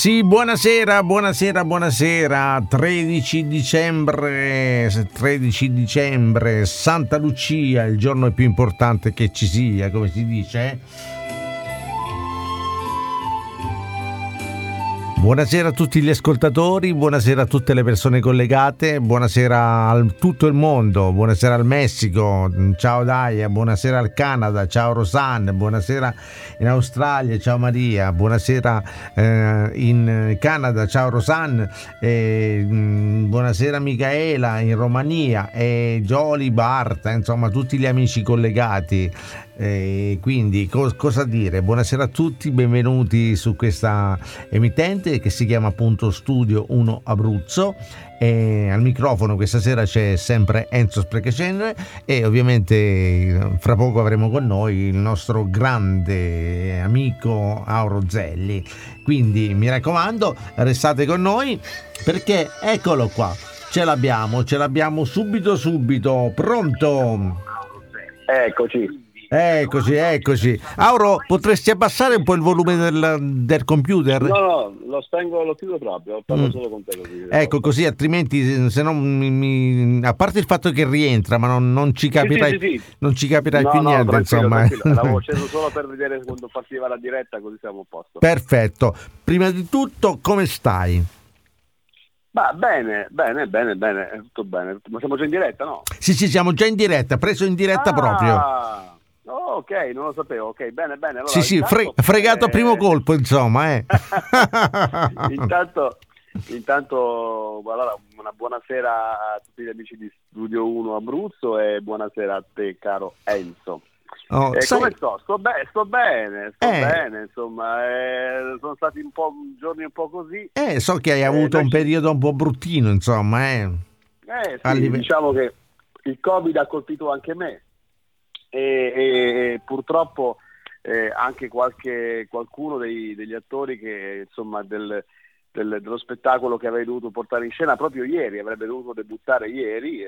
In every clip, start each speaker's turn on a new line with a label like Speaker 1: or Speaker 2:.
Speaker 1: Sì, buonasera, 13 dicembre, Santa Lucia, il giorno più importante che ci sia, come si dice. Buonasera a tutti gli ascoltatori, buonasera a tutte le persone collegate, buonasera a tutto il mondo, buonasera al Messico, ciao Daia, buonasera al Canada, ciao Rosanne, buonasera in Australia, ciao Maria, buonasera in Canada, ciao Rosanne, buonasera Michaela in Romania e Gioli, Barta, insomma tutti gli amici collegati. Quindi cosa dire? Buonasera a tutti, benvenuti su questa emittente che si chiama appunto Studio 1 Abruzzo. Al microfono questa sera c'è sempre Enzo Sprechecenere e ovviamente fra poco avremo con noi il nostro grande amico Auro Zelli. Quindi mi raccomando, restate con noi perché eccolo qua, ce l'abbiamo subito, pronto? Eccoci. Auro, potresti abbassare un po' il volume del computer?
Speaker 2: No, lo chiudo proprio, parlo solo con te così.
Speaker 1: Ecco, così altrimenti se no a parte il fatto che rientra, ma non ci capirai,
Speaker 2: sì.
Speaker 1: Non ci capirai più niente, insomma.
Speaker 2: L'avevo acceso solo per vedere quando partiva la diretta, così siamo a posto.
Speaker 1: Perfetto. Prima di tutto, come stai?
Speaker 2: Ma bene, tutto bene. Ma siamo già in diretta, no?
Speaker 1: Sì, siamo già in diretta, preso in diretta proprio.
Speaker 2: Oh, ok, non lo sapevo. Ok, bene. Allora,
Speaker 1: sì, fregato a primo colpo, insomma.
Speaker 2: Intanto, allora, una buonasera a tutti gli amici di Studio 1 Abruzzo e buonasera a te, caro Enzo. Come sto? Sto bene, insomma, sono stati giorni un po' così.
Speaker 1: So che hai avuto un periodo un po' bruttino, insomma,
Speaker 2: Sì, diciamo che il Covid ha colpito anche me e purtroppo anche qualcuno degli attori che, insomma, dello spettacolo che avrei dovuto portare in scena proprio ieri, avrebbe dovuto debuttare ieri,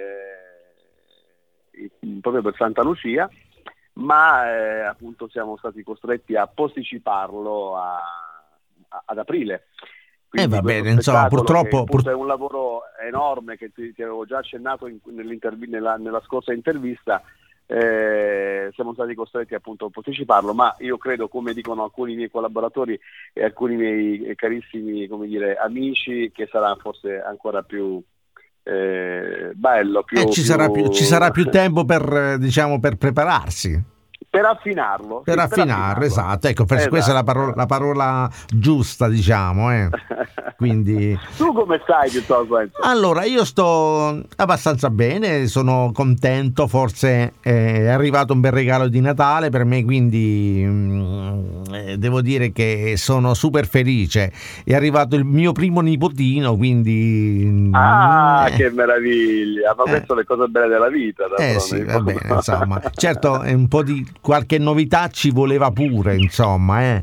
Speaker 2: proprio per Santa Lucia, ma appunto siamo stati costretti a posticiparlo ad aprile.
Speaker 1: Va bene, insomma, purtroppo
Speaker 2: è un lavoro enorme che ti avevo già accennato nella scorsa intervista. Siamo stati costretti appunto a posticiparlo, ma io credo, come dicono alcuni miei collaboratori e alcuni miei carissimi, come dire, amici, che sarà forse ancora più bello,
Speaker 1: ci sarà più tempo per prepararsi.
Speaker 2: Per affinarlo.
Speaker 1: Per affinarlo, esatto. Ecco, questa è la parola giusta, diciamo. Quindi...
Speaker 2: Tu come stai, piuttosto?
Speaker 1: Allora, io sto abbastanza bene, sono contento, forse è arrivato un bel regalo di Natale per me, quindi devo dire che sono super felice. È arrivato il mio primo nipotino, quindi...
Speaker 2: che meraviglia! Ma queste sono le cose belle della vita.
Speaker 1: Sì, va bene, insomma. Certo, è un po' di... qualche novità ci voleva pure, insomma,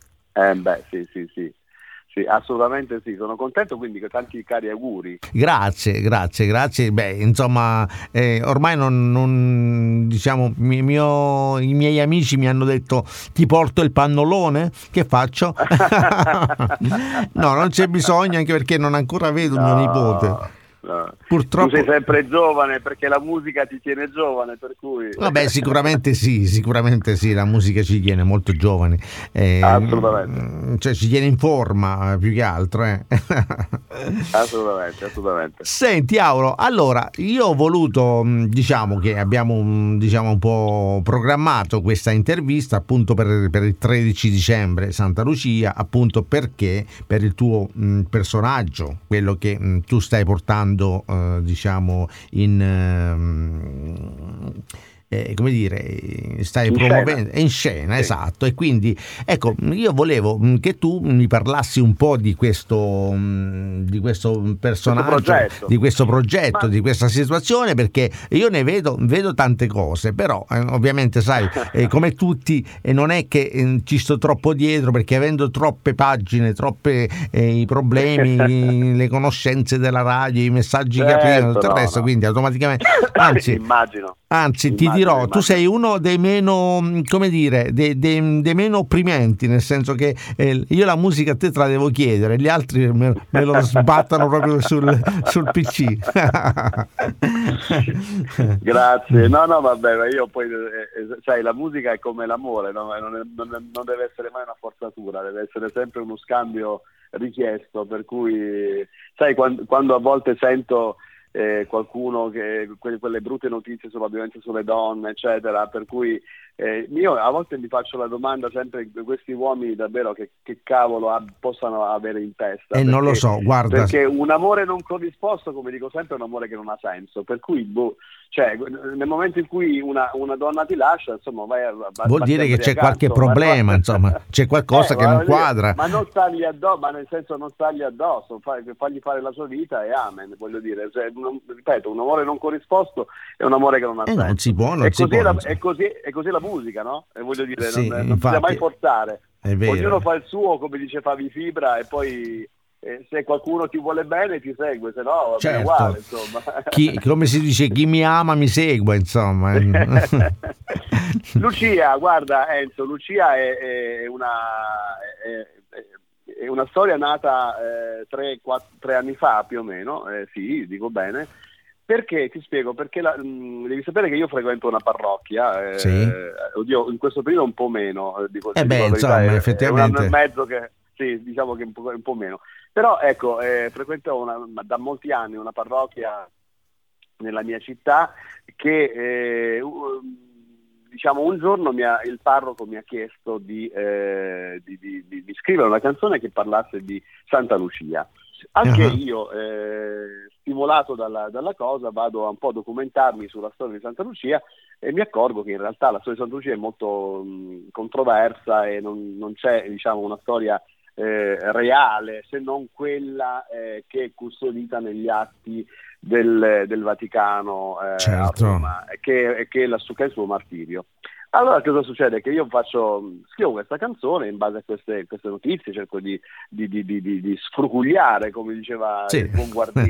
Speaker 2: Sì, assolutamente sì, sono contento, quindi tanti cari auguri.
Speaker 1: Grazie. Beh, insomma, ormai non diciamo, i miei amici mi hanno detto: ti porto il pannolone? Che faccio? No, non c'è bisogno, anche perché non ancora vedo mio nipote.
Speaker 2: No.
Speaker 1: Purtroppo...
Speaker 2: Tu sei sempre giovane, perché la musica ti tiene giovane, per cui...
Speaker 1: Vabbè, sicuramente sì, la musica ci tiene molto giovani.
Speaker 2: Assolutamente.
Speaker 1: Cioè ci tiene in forma, più che altro.
Speaker 2: Assolutamente.
Speaker 1: Senti, Auro, allora, io ho voluto, diciamo che abbiamo un po' programmato questa intervista appunto per il 13 dicembre, Santa Lucia, appunto perché per il tuo personaggio, quello che tu stai portando diciamo come dire, stai promuovendo in scena, sì. Esatto, e quindi ecco, io volevo che tu mi parlassi un po' di questo personaggio, di questo progetto, di questa situazione, perché io ne vedo tante cose, però ovviamente sai, come tutti, non è che ci sto troppo dietro, perché avendo troppe pagine, i problemi, le conoscenze della radio, i messaggi che arrivano, tutto il resto, quindi automaticamente, anzi
Speaker 2: immagino.
Speaker 1: Anzi, ti dirò, tu sei uno dei meno, come dire, dei meno opprimenti, nel senso che io la musica a te la devo chiedere, gli altri me lo sbattano proprio sul PC.
Speaker 2: Grazie. No, vabbè, ma io poi, sai, la musica è come l'amore, no? Non deve essere mai una forzatura, deve essere sempre uno scambio richiesto, per cui, sai, quando a volte sento qualcuno che quelle brutte notizie sulla violenza sulle donne, eccetera, per cui io a volte mi faccio la domanda sempre, questi uomini davvero che cavolo possano avere in testa,
Speaker 1: non lo so, guarda,
Speaker 2: perché un amore non corrisposto, come dico sempre, è un amore che non ha senso, per cui cioè, nel momento in cui una donna ti lascia, insomma,
Speaker 1: vuol dire che c'è qualche problema, insomma, c'è qualcosa che non quadra.
Speaker 2: Ma non stargli addosso, ma nel senso non stargli addosso, fargli fare la sua vita e amen, voglio dire, cioè, ripeto, un amore non corrisposto è un amore che non ha senso.
Speaker 1: Non si può, non si può.
Speaker 2: È così la musica, no? E voglio dire,
Speaker 1: sì,
Speaker 2: non bisogna mai forzare.
Speaker 1: È vero.
Speaker 2: Ognuno fa il suo, come dice Fabi Fibra, e poi se qualcuno ti vuole bene ti segue, se no va bene uguale, insomma.
Speaker 1: Come si dice, chi mi ama mi segue, insomma.
Speaker 2: Lucia, guarda Enzo, Lucia è una storia nata 3 anni fa più o meno, sì, dico bene. Perché? Ti spiego, perché devi sapere che io frequento una parrocchia,
Speaker 1: sì.
Speaker 2: Oddio, in questo periodo un po' meno, dico
Speaker 1: insomma, effettivamente.
Speaker 2: È un anno e mezzo che, sì, diciamo che un po' meno. Però ecco, frequento da molti anni una parrocchia nella mia città che, diciamo, un giorno il parroco mi ha chiesto di scrivere una canzone che parlasse di Santa Lucia. Anche io, stimolato dalla cosa, vado a un po' a documentarmi sulla storia di Santa Lucia e mi accorgo che in realtà la storia di Santa Lucia è molto controversa e non c'è, diciamo, una storia reale, se non quella che è custodita negli atti del Vaticano
Speaker 1: certo.
Speaker 2: a Roma, che è il suo martirio. Allora cosa succede? Che io scrivo questa canzone in base a queste notizie, cerco di sfrucugliare, come diceva il buon Guardì,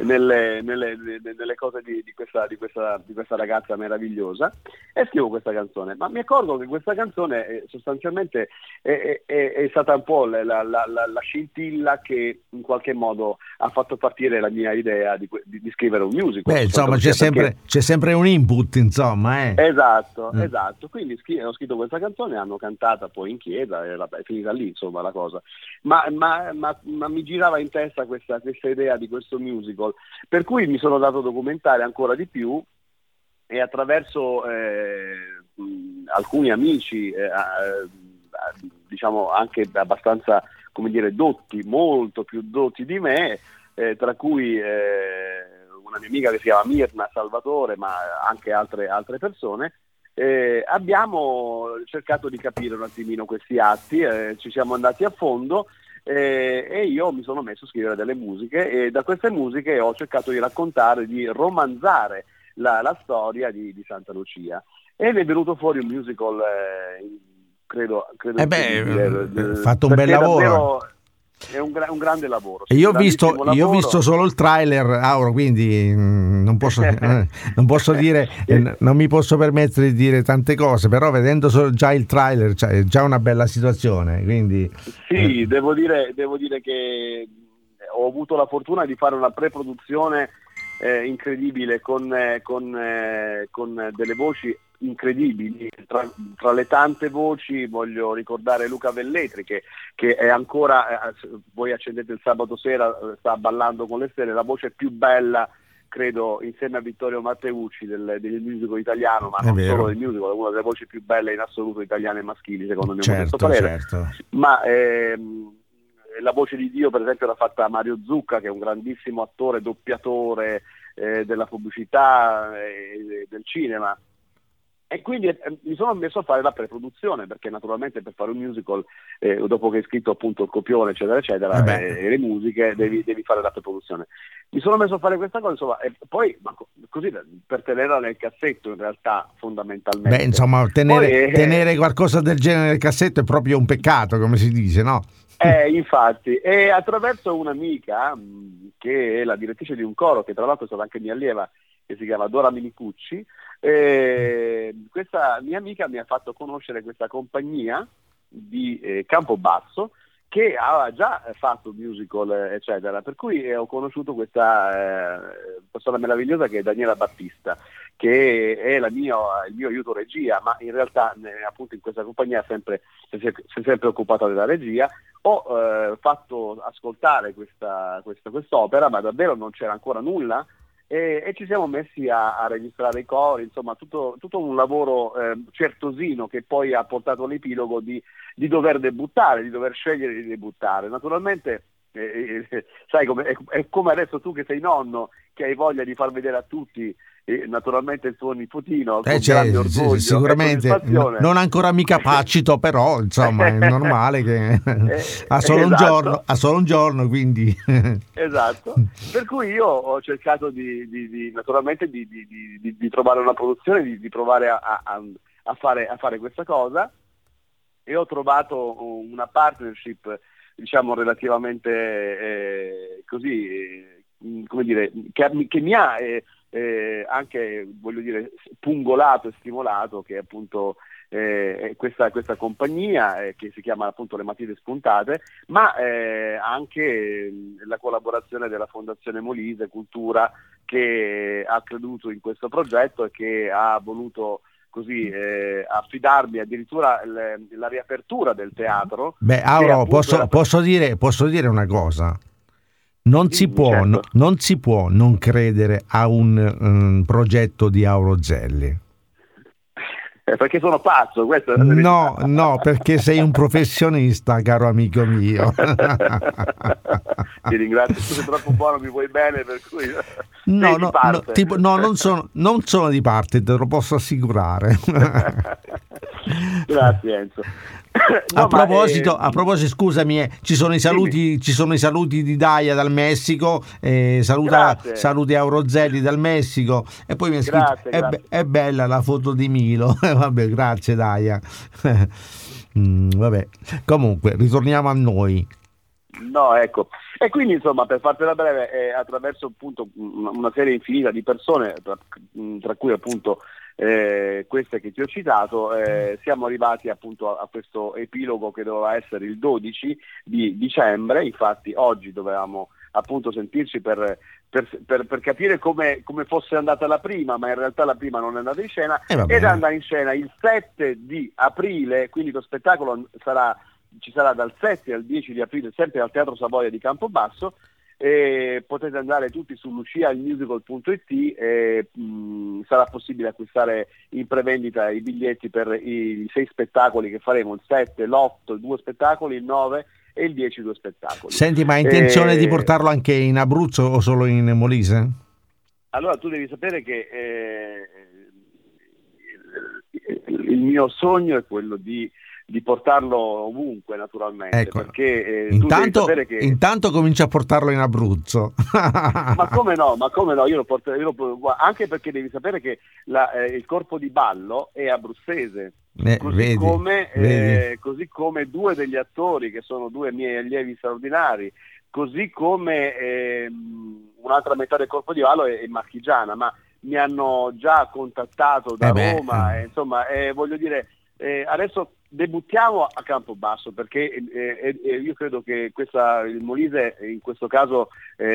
Speaker 2: nelle cose di questa ragazza meravigliosa, e scrivo questa canzone. Ma mi accorgo che questa canzone sostanzialmente è stata un po' la scintilla che in qualche modo ha fatto partire la mia idea di scrivere un musical.
Speaker 1: Insomma, c'è sempre un input, insomma.
Speaker 2: Esatto. Quindi ho scritto questa canzone, hanno cantata poi in chiesa e è finita lì, insomma, la cosa. Ma mi girava in testa questa idea di questo musical, per cui mi sono dato a documentare ancora di più e attraverso alcuni amici, diciamo anche abbastanza, come dire, dotti, molto più dotti di me, tra cui una mia amica che si chiama Mirna Salvatore, ma anche altre persone. Abbiamo cercato di capire un attimino questi atti, ci siamo andati a fondo e io mi sono messo a scrivere delle musiche e da queste musiche ho cercato di raccontare, di romanzare la storia di Santa Lucia e ne è venuto fuori un musical, credo
Speaker 1: fatto un bel lavoro.
Speaker 2: Davvero, è un grande lavoro.
Speaker 1: Io ho visto solo il trailer, Auro, quindi non posso dire, non mi posso permettere di dire tante cose, però vedendo già il trailer, cioè, è già una bella situazione. Quindi,
Speaker 2: sì, devo dire che ho avuto la fortuna di fare una preproduzione incredibile con delle voci incredibili. Tra le tante voci voglio ricordare Luca Velletri che è ancora, voi accendete il sabato sera, sta ballando con le stelle, la voce più bella credo insieme a Vittorio Matteucci del musical italiano, ma non solo del musical, è una delle voci più belle in assoluto italiane e maschili secondo il mio modesto parere. Ma la voce di Dio per esempio l'ha fatta Mario Zucca, che è un grandissimo attore, doppiatore della pubblicità e del cinema. E quindi mi sono messo a fare la preproduzione, perché naturalmente per fare un musical, dopo che hai scritto appunto il copione, eccetera, eccetera, e le musiche, devi fare la preproduzione. Mi sono messo a fare questa cosa, insomma, e poi così per tenerla nel cassetto, in realtà, fondamentalmente.
Speaker 1: Beh, insomma, tenere qualcosa del genere nel cassetto è proprio un peccato, come si dice, no?
Speaker 2: Infatti, e attraverso un'amica che è la direttrice di un coro, che tra l'altro è stata anche mia allieva, che si chiama Dora Minicucci, Questa mia amica mi ha fatto conoscere questa compagnia di Campobasso che aveva già fatto musical, eccetera, per cui ho conosciuto questa persona meravigliosa che è Daniela Battista, che è il mio aiuto regia, ma in realtà appunto in questa compagnia si è sempre occupata della regia. Ho fatto ascoltare quest'opera, ma davvero non c'era ancora nulla, e ci siamo messi a registrare i cori, insomma tutto un lavoro certosino, che poi ha portato all'epilogo di dover debuttare, di dover scegliere di debuttare. Naturalmente sai, è come adesso tu che sei nonno, che hai voglia di far vedere a tutti naturalmente il tuo nipotino con grande orgoglio,
Speaker 1: sicuramente non ancora mi capacito, però insomma è normale che ha solo un giorno, quindi
Speaker 2: esatto, per cui io ho cercato naturalmente di trovare una produzione, di provare a fare questa cosa, e ho trovato una partnership, diciamo, relativamente come dire, che mi ha anche, voglio dire, pungolato e stimolato, che è appunto questa compagnia che si chiama appunto Le Matite Spuntate, ma anche la collaborazione della Fondazione Molise Cultura, che ha creduto in questo progetto e che ha voluto così affidarmi addirittura la riapertura del teatro.
Speaker 1: Beh, Auro, posso dire una cosa? Non si può non credere a un progetto di Auro Zelli.
Speaker 2: Perché sono pazzo, questo è la
Speaker 1: verità. No, perché sei un professionista, caro amico mio.
Speaker 2: Ti ringrazio, tu sei troppo buono, mi vuoi bene, per cui
Speaker 1: non sono di parte, te lo posso assicurare.
Speaker 2: Grazie Enzo.
Speaker 1: A proposito, scusami, ci sono i saluti di Daia dal Messico, saluti a Aurozelli dal Messico, e poi mi ha scritto è bella la foto di Milo. Vabbè, grazie Daia. Vabbè, comunque ritorniamo a noi.
Speaker 2: No, ecco, e quindi insomma, per fartela breve, attraverso appunto una serie infinita di persone, tra cui appunto queste che ti ho citato, siamo arrivati appunto a questo epilogo che doveva essere il 12 di dicembre. Infatti oggi dovevamo appunto sentirci per capire come fosse andata la prima, ma in realtà la prima non è andata in scena, ed andrà in scena il 7 di aprile, quindi lo spettacolo ci sarà dal 7 al 10 di aprile sempre al Teatro Savoia di Campobasso. Potete andare tutti su luciailmusical.it e sarà possibile acquistare in prevendita i biglietti per i 6 spettacoli che faremo, il 7, l'8, 2 spettacoli, il 9 e il 10, 2 spettacoli.
Speaker 1: Senti, ma hai intenzione di portarlo anche in Abruzzo o solo in Molise?
Speaker 2: Allora, tu devi sapere che il mio sogno è quello di portarlo ovunque, naturalmente,
Speaker 1: ecco.
Speaker 2: Perché
Speaker 1: intanto comincia a portarlo in Abruzzo.
Speaker 2: ma come no, io lo porterò, anche perché devi sapere che il corpo di ballo è abruzzese, così come 2 degli attori che sono 2 miei allievi straordinari, così come un'altra metà del corpo di ballo è marchigiana, ma mi hanno già contattato da Roma, insomma, voglio dire, adesso debuttiamo a Campobasso, perché io credo che il Molise in questo caso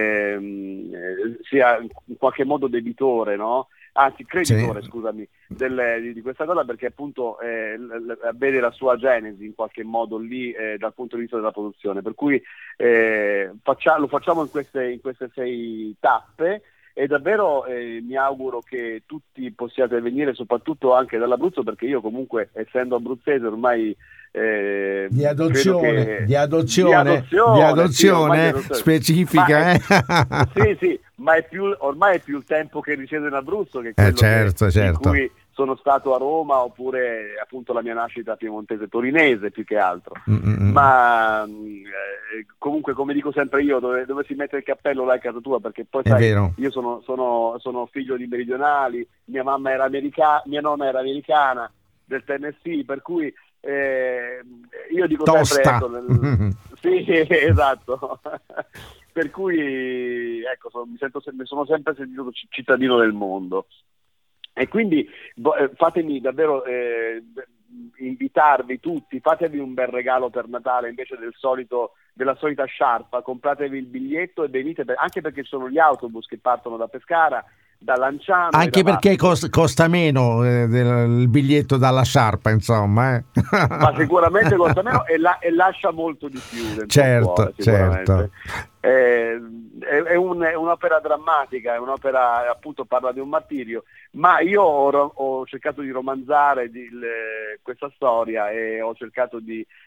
Speaker 2: sia in qualche modo debitore, no? Anzi creditore, sì. Scusami, di questa cosa, perché appunto vede la sua genesi in qualche modo lì dal punto di vista della produzione, per cui lo facciamo in queste 6 tappe. E davvero mi auguro che tutti possiate venire, soprattutto anche dall'Abruzzo, perché io comunque, essendo abruzzese ormai
Speaker 1: di adozione specifica,
Speaker 2: sì, ma ormai è più il tempo che risiedo in Abruzzo che quello
Speaker 1: certo.
Speaker 2: in cui sono stato a Roma, oppure appunto la mia nascita piemontese torinese più che altro. Ma comunque, come dico sempre io, dove si mette il cappello là è casa tua, perché poi sai, io sono figlio di meridionali, mia nonna era americana del Tennessee, per cui io dico
Speaker 1: tosta.
Speaker 2: Sempre sì, esatto. Per cui ecco, mi sono sempre sentito cittadino del mondo. E quindi fatemi davvero invitarvi tutti, fatevi un bel regalo per Natale invece della solita sciarpa, compratevi il biglietto e venite, anche perché ci sono gli autobus che partono da Pescara, da Lanciano e da
Speaker 1: Anche perché
Speaker 2: Vastico.
Speaker 1: costa meno il biglietto dalla sciarpa, insomma.
Speaker 2: Ma sicuramente costa meno e lascia molto di più dentro il
Speaker 1: Certo,
Speaker 2: cuore, sicuramente.
Speaker 1: certo.
Speaker 2: È un'opera drammatica, è un'opera, appunto, parla di un martirio, ma io ho cercato di romanzare questa storia e ho cercato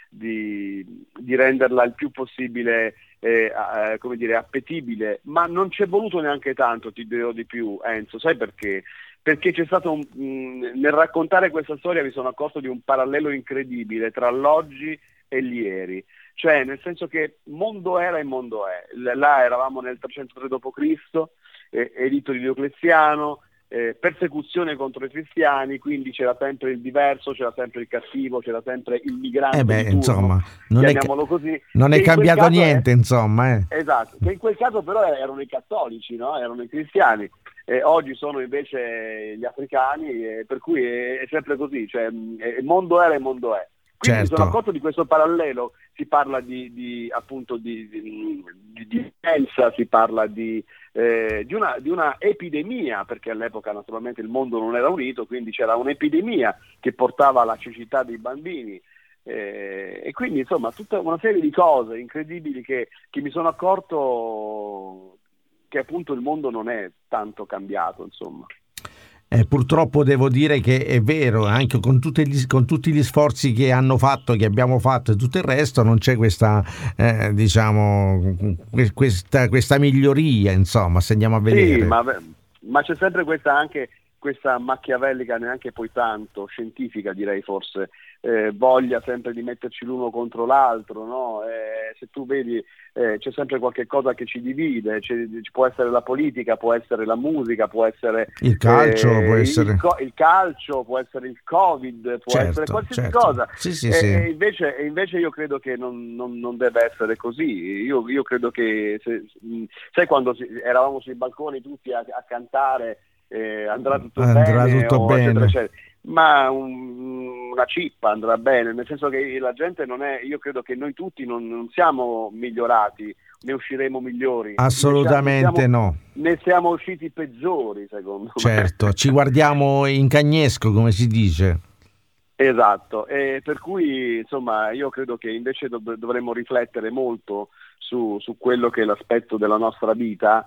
Speaker 2: di renderla il più possibile come dire, appetibile, ma non ci è voluto neanche tanto, ti dirò di più, Enzo, sai perché? Perché c'è stato nel raccontare questa storia mi sono accorto di un parallelo incredibile tra l'oggi e l'ieri, cioè nel senso che mondo era e mondo è. Là eravamo nel 303 d.C., editto di Diocleziano, persecuzione contro i cristiani, quindi c'era sempre il diverso, c'era sempre il cattivo, c'era sempre il migrante di turno,
Speaker 1: Insomma,
Speaker 2: chiamiamolo così,
Speaker 1: non
Speaker 2: che
Speaker 1: è
Speaker 2: in quel
Speaker 1: cambiato
Speaker 2: caso
Speaker 1: niente, insomma.
Speaker 2: esatto, che in quel caso però erano i cattolici, no? Erano i cristiani. Oggi sono invece gli africani, per cui è sempre così, cioè mondo era e mondo è. Quindi mi sono
Speaker 1: Certo.
Speaker 2: accorto di questo parallelo, si parla appunto di violenza, si parla di una epidemia, perché all'epoca naturalmente il mondo non era unito, quindi c'era un'epidemia che portava alla cecità dei bambini. E quindi insomma tutta una serie di cose incredibili che mi sono accorto che appunto il mondo non è tanto cambiato, insomma.
Speaker 1: Purtroppo devo dire che è vero, anche con tutti gli sforzi che abbiamo fatto e tutto il resto, non c'è questa, diciamo, questa miglioria, insomma, se andiamo a vedere.
Speaker 2: Sì, ma c'è sempre questa macchiavellica, neanche poi tanto scientifica, direi forse, voglia sempre di metterci l'uno contro l'altro, no? Se tu vedi c'è sempre qualche cosa che ci divide, ci può essere la politica, può essere la musica, può essere
Speaker 1: il calcio, può essere
Speaker 2: il calcio, può essere il Covid, può essere qualsiasi cosa.
Speaker 1: Sì, sì,
Speaker 2: E invece io credo che non deve essere così. Io credo che sai quando eravamo sui balconi tutti a cantare andrà tutto bene, eccetera, eccetera. Ma una cippa andrà bene, nel senso che la gente non è, io credo che noi tutti non siamo migliorati, ne usciremo migliori.
Speaker 1: Assolutamente no.
Speaker 2: Ne siamo usciti peggiori, secondo me.
Speaker 1: Certo, ci guardiamo in cagnesco, come si dice.
Speaker 2: Esatto, e per cui insomma io credo che invece dovremmo riflettere molto su quello che è l'aspetto della nostra vita.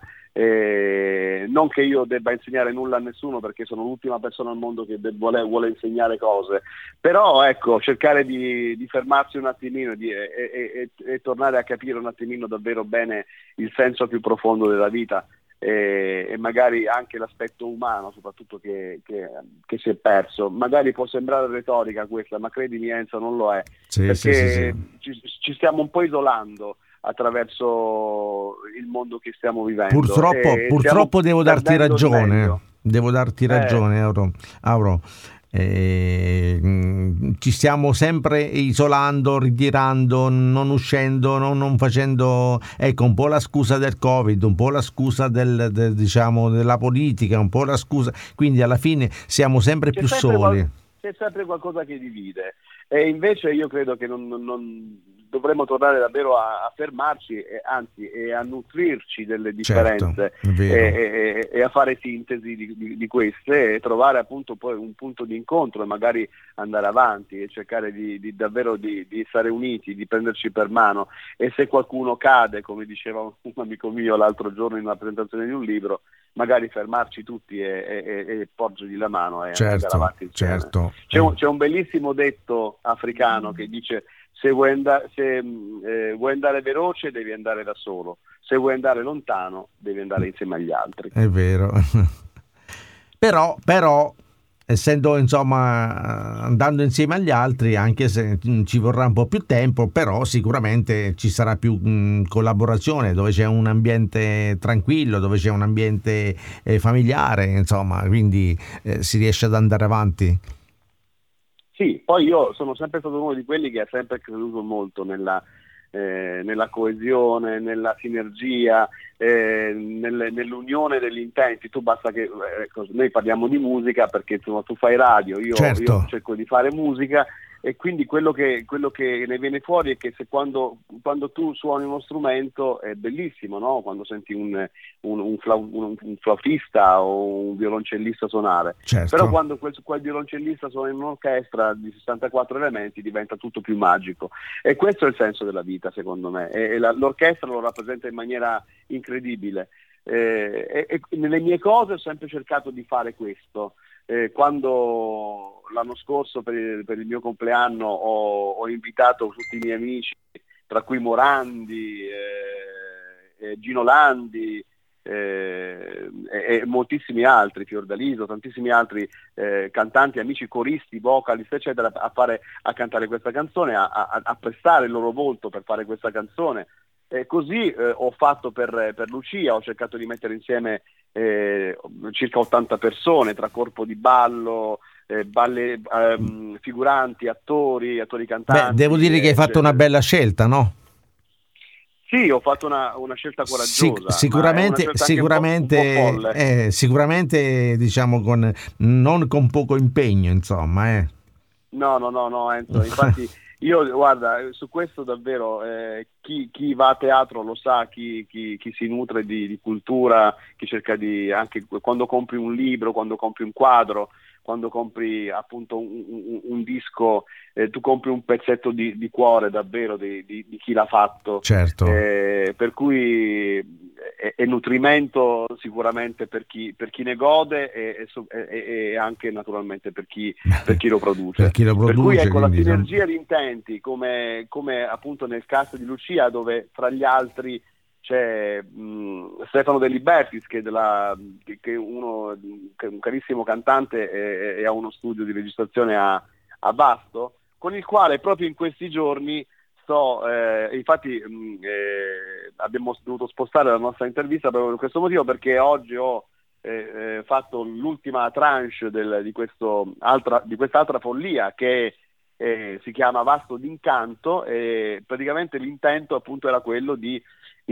Speaker 2: Non che io debba insegnare nulla a nessuno, perché sono l'ultima persona al mondo che vuole insegnare cose, però ecco, cercare di fermarsi un attimino e tornare a capire un attimino davvero bene il senso più profondo della vita e magari anche l'aspetto umano soprattutto che si è perso. Magari può sembrare retorica questa, ma credimi Enzo, non lo è, perché ci stiamo un po' isolando attraverso il mondo che stiamo vivendo.
Speaker 1: Purtroppo devo darti ragione. Auro. Ci stiamo sempre isolando, ritirando, non uscendo, non facendo, ecco, un po' la scusa del Covid, un po' la scusa diciamo della politica, un po' la scusa, quindi alla fine siamo sempre più soli.
Speaker 2: C'è sempre qualcosa che divide, e invece io credo che non dovremmo tornare davvero a fermarci, anzi a nutrirci delle differenze, e a fare sintesi di queste e trovare appunto poi un punto di incontro e magari andare avanti e cercare davvero di stare uniti, di prenderci per mano, e se qualcuno cade, come diceva un amico mio l'altro giorno in una presentazione di un libro, magari fermarci tutti e porgergli la mano e andare avanti insieme.
Speaker 1: Certo.
Speaker 2: C'è un bellissimo detto africano che dice: se vuoi andare veloce devi andare da solo, se vuoi andare lontano devi andare insieme agli altri.
Speaker 1: È vero. però essendo, insomma, andando insieme agli altri, anche se ci vorrà un po' più tempo, però sicuramente ci sarà più collaborazione, dove c'è un ambiente tranquillo, dove c'è un ambiente familiare, insomma, quindi si riesce ad andare avanti.
Speaker 2: Sì, poi io sono sempre stato uno di quelli che ha sempre creduto molto nella nella coesione, nella sinergia, nell'unione degli intenti. Tu basta che noi parliamo di musica perché tu fai radio, io cerco di fare musica, e quindi quello che ne viene fuori è che quando tu suoni uno strumento è bellissimo, no? Quando senti un flautista o un violoncellista suonare, però quando quel violoncellista suona in un'orchestra di 64 elementi diventa tutto più magico, e questo è il senso della vita, secondo me, e l'orchestra lo rappresenta in maniera incredibile. E nelle mie cose ho sempre cercato di fare questo. Quando l'anno scorso per il mio compleanno ho invitato tutti i miei amici, tra cui Morandi, Gino Landi e moltissimi altri, Fiordaliso, tantissimi altri cantanti, amici, coristi, vocalist, eccetera, a cantare questa canzone, a prestare il loro volto per fare questa canzone. Così ho fatto per Lucia, ho cercato di mettere insieme circa 80 persone, tra corpo di ballo, figuranti, attori cantanti.
Speaker 1: Devo dire che hai fatto una bella scelta, no?
Speaker 2: Sì, ho fatto una scelta coraggiosa.
Speaker 1: Sicuramente diciamo non con poco impegno, insomma.
Speaker 2: No, Enzo, infatti io, guarda, su questo davvero chi va a teatro lo sa, chi si nutre di cultura, chi cerca anche quando compri un libro, quando compri un quadro, quando compri appunto un disco, tu compri un pezzetto di cuore davvero di chi l'ha fatto.
Speaker 1: Certo.
Speaker 2: Per cui è nutrimento sicuramente per chi ne gode, e anche naturalmente per chi lo produce. Per cui ecco, la sinergia di intenti, come appunto nel cast di Lucia, dove fra gli altri c'è Stefano De Libertis, che è un carissimo cantante e ha uno studio di registrazione a Vasto, con il quale proprio in questi giorni infatti abbiamo dovuto spostare la nostra intervista proprio per questo motivo, perché oggi ho fatto l'ultima tranche di quest'altra follia che si chiama Vasto d'Incanto, e praticamente l'intento appunto era quello di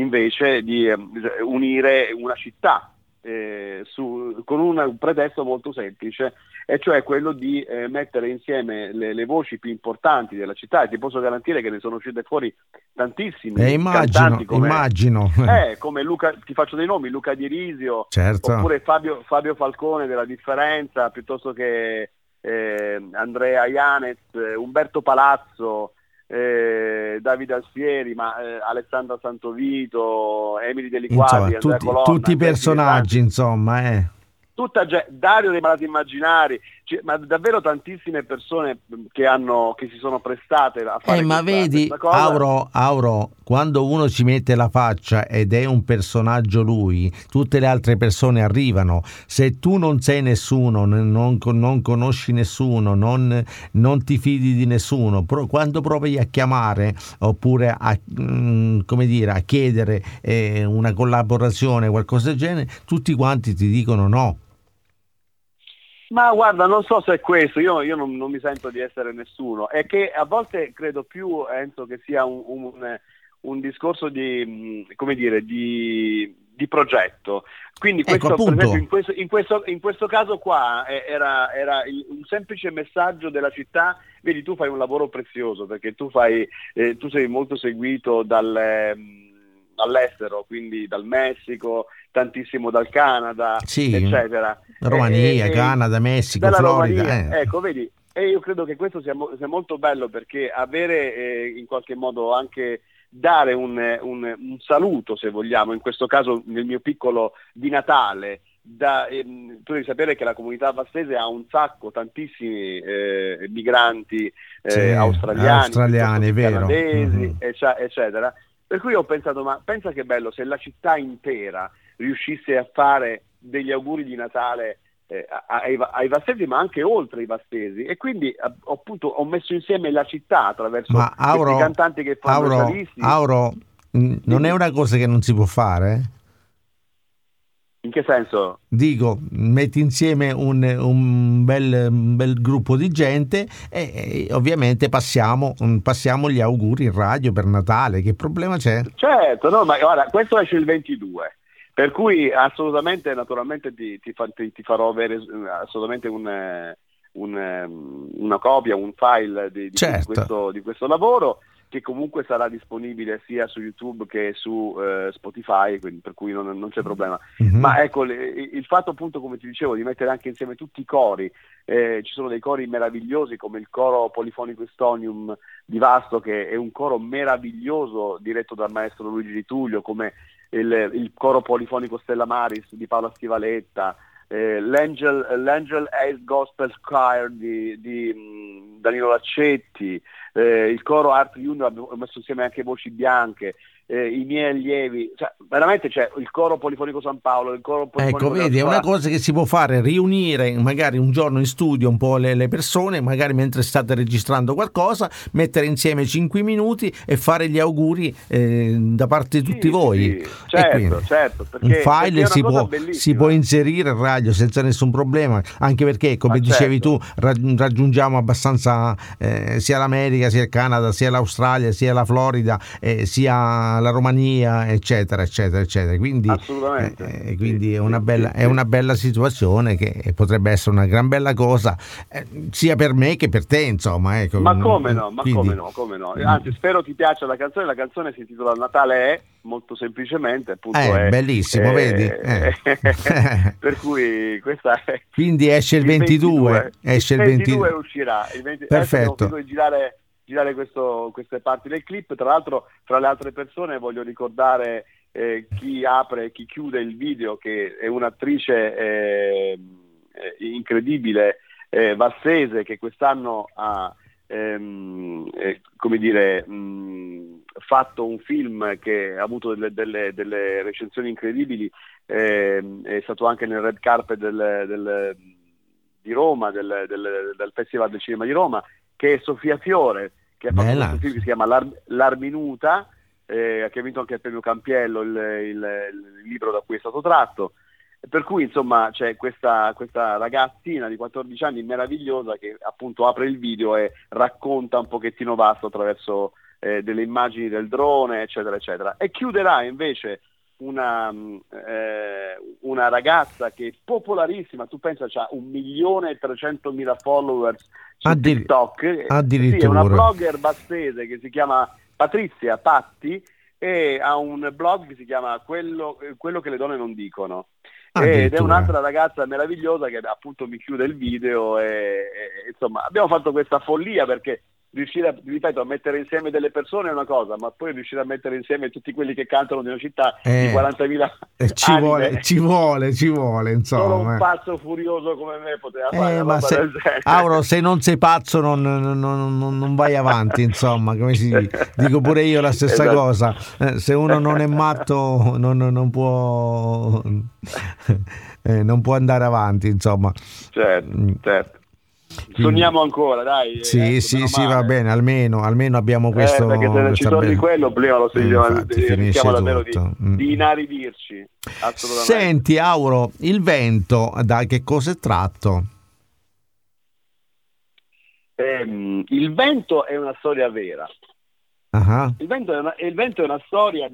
Speaker 2: unire una città con un pretesto molto semplice, e cioè quello di mettere insieme le voci più importanti della città, e ti posso garantire che ne sono uscite fuori tantissimi cantanti come Luca, ti faccio dei nomi, Luca Di Risio, certo, oppure Fabio Falcone della Differenza, piuttosto che Andrea Ianez, Umberto Palazzo, Davide Alfieri, Alessandra Santovito, Emily Deliquati, Andrea Colonna,
Speaker 1: tutti i personaggi, insomma,
Speaker 2: Dario dei Malati Immaginari, ma davvero tantissime persone che si sono prestate a fare
Speaker 1: ma vedi,
Speaker 2: questa cosa.
Speaker 1: Auro, quando uno ci mette la faccia ed è un personaggio lui, tutte le altre persone arrivano. Se tu non sei nessuno, non conosci nessuno, non ti fidi di nessuno, quando provi a chiamare oppure a chiedere una collaborazione, qualcosa del genere, tutti quanti ti dicono no.
Speaker 2: Ma guarda, non so se è questo, io non mi sento di essere nessuno, è che a volte credo più, Enzo, che sia un discorso di progetto. Quindi questo, per esempio, in questo caso qua era un semplice messaggio della città. Vedi, tu fai un lavoro prezioso, perché tu sei molto seguito dall'estero, quindi dal Messico, tantissimo dal Canada, eccetera.
Speaker 1: Romania, Canada, Messico, Florida.
Speaker 2: Romania. Ecco, vedi, e io credo che questo sia molto bello, perché avere in qualche modo anche dare un saluto, se vogliamo, in questo caso nel mio piccolo di Natale. Tu devi sapere che la comunità vastese ha tantissimi migranti australiani,
Speaker 1: vero,
Speaker 2: canadesi, eccetera. Per cui ho pensato, ma pensa che bello se la città intera riuscisse a fare degli auguri di Natale ai vastesi, ma anche oltre i vastesi, e quindi appunto ho messo insieme la città attraverso questi cantanti che fanno
Speaker 1: Auro, non è una cosa che non si può fare?
Speaker 2: In che senso?
Speaker 1: Dico, metti insieme un bel gruppo di gente e ovviamente passiamo gli auguri in radio per Natale. Che problema c'è?
Speaker 2: Certo, no, ma guarda, questo esce il 22, per cui assolutamente, naturalmente ti farò avere assolutamente una copia, un file
Speaker 1: Certo.
Speaker 2: di questo lavoro, che comunque sarà disponibile sia su YouTube che su Spotify, quindi per cui non c'è problema.
Speaker 1: Mhm.
Speaker 2: Ma ecco, il fatto appunto, come ti dicevo, di mettere anche insieme tutti i cori, ci sono dei cori meravigliosi come il coro polifonico Estonium di Vasto, che è un coro meraviglioso diretto dal maestro Luigi Di Tullio, come il coro polifonico Stella Maris di Paola Stivaletta, l'Angel Ace Gospel Choir di Danilo Laccetti, il coro Art Junior, abbiamo messo insieme anche Voci Bianche, i miei allievi, cioè, veramente c'è il coro polifonico San Paolo, il coro
Speaker 1: Ecco,
Speaker 2: polifonico della
Speaker 1: vedi, è una
Speaker 2: scuola.
Speaker 1: cosa che si può fare, riunire magari un giorno in studio un po' le persone, magari mentre state registrando qualcosa, mettere insieme 5 minuti e fare gli auguri da parte di tutti
Speaker 2: Sì, sì,
Speaker 1: voi.
Speaker 2: sì,
Speaker 1: E quindi
Speaker 2: certo,
Speaker 1: un
Speaker 2: perché
Speaker 1: file
Speaker 2: è una cosa
Speaker 1: si può
Speaker 2: bellissima.
Speaker 1: inserire in radio senza nessun problema, anche perché,
Speaker 2: Ma
Speaker 1: come dicevi tu,
Speaker 2: certo.
Speaker 1: raggiungiamo abbastanza sia l'America, sia il Canada, sia l'Australia, sia la Florida, sia la Romania, eccetera, eccetera, eccetera.
Speaker 2: Assolutamente, sì,
Speaker 1: Quindi
Speaker 2: sì, sì,
Speaker 1: è
Speaker 2: sì.
Speaker 1: una bella situazione che potrebbe essere una gran bella cosa, sia per me che per te, insomma, ecco.
Speaker 2: Ma come no, ma come
Speaker 1: Quindi,
Speaker 2: no, come no. Anzi, spero ti piaccia la canzone si intitola Natale è, molto semplicemente, appunto
Speaker 1: bellissimo, vedi?
Speaker 2: per cui questa è
Speaker 1: Quindi esce il
Speaker 2: il
Speaker 1: 22,
Speaker 2: 22, il
Speaker 1: esce il
Speaker 2: 22
Speaker 1: 20.
Speaker 2: uscirà, adesso abbiamo
Speaker 1: Perfetto.
Speaker 2: finito di girare queste parti del clip, tra l'altro fra le altre persone voglio ricordare chi apre e chi chiude il video, che è un'attrice incredibile, Vassese, che quest'anno ha come dire, fatto un film che ha avuto delle recensioni incredibili, è stato anche nel red carpet di Roma, del Festival del Cinema di Roma, che è Sofia Fiore, che ha fatto questo
Speaker 1: Bella.
Speaker 2: film che si chiama L'Arminuta, che ha vinto anche il premio Campiello, il libro da cui è stato tratto. Per cui insomma c'è questa ragazzina di 14 anni meravigliosa che appunto apre il video e racconta un pochettino Vasto attraverso delle immagini del drone, eccetera, eccetera. E chiuderà invece una ragazza che è popolarissima, tu pensa, c'ha 1.300.000 followers su
Speaker 1: Addir-
Speaker 2: TikTok. Sì, è una
Speaker 1: addirittura.
Speaker 2: blogger bassese che si chiama Patrizia Patti, e ha un blog che si chiama quello che le donne non dicono. Ed è
Speaker 1: Addirittura.
Speaker 2: un'altra ragazza meravigliosa che appunto mi chiude il video insomma abbiamo fatto questa follia, perché riuscire ripeto, a mettere insieme delle persone è una cosa, ma poi riuscire a mettere insieme tutti quelli che cantano di una città di
Speaker 1: Eh,
Speaker 2: 40.000
Speaker 1: ci
Speaker 2: anime,
Speaker 1: vuole, ci vuole,
Speaker 2: solo un
Speaker 1: insomma.
Speaker 2: pazzo furioso come me poteva fare una
Speaker 1: Ma
Speaker 2: roba
Speaker 1: se,
Speaker 2: del genere.
Speaker 1: Auro, se non sei pazzo non vai avanti, insomma, come si dico pure io la stessa
Speaker 2: Esatto.
Speaker 1: cosa. Se uno non è matto non può non può andare avanti, insomma.
Speaker 2: Certo,
Speaker 1: Mm,
Speaker 2: certo.
Speaker 1: Quindi
Speaker 2: Sogniamo ancora, dai,
Speaker 1: sì,
Speaker 2: ecco,
Speaker 1: sì,
Speaker 2: meno
Speaker 1: sì, va
Speaker 2: male.
Speaker 1: bene, almeno abbiamo
Speaker 2: Perché se ci
Speaker 1: questa
Speaker 2: torni
Speaker 1: bella.
Speaker 2: quello, prima
Speaker 1: Infatti
Speaker 2: rischiamo
Speaker 1: finisce
Speaker 2: davvero
Speaker 1: tutto.
Speaker 2: di inaridirci, assolutamente.
Speaker 1: Senti, Auro, il vento, da che cosa è tratto?
Speaker 2: Il vento è una storia vera.
Speaker 1: Ah,
Speaker 2: Il vento è una storia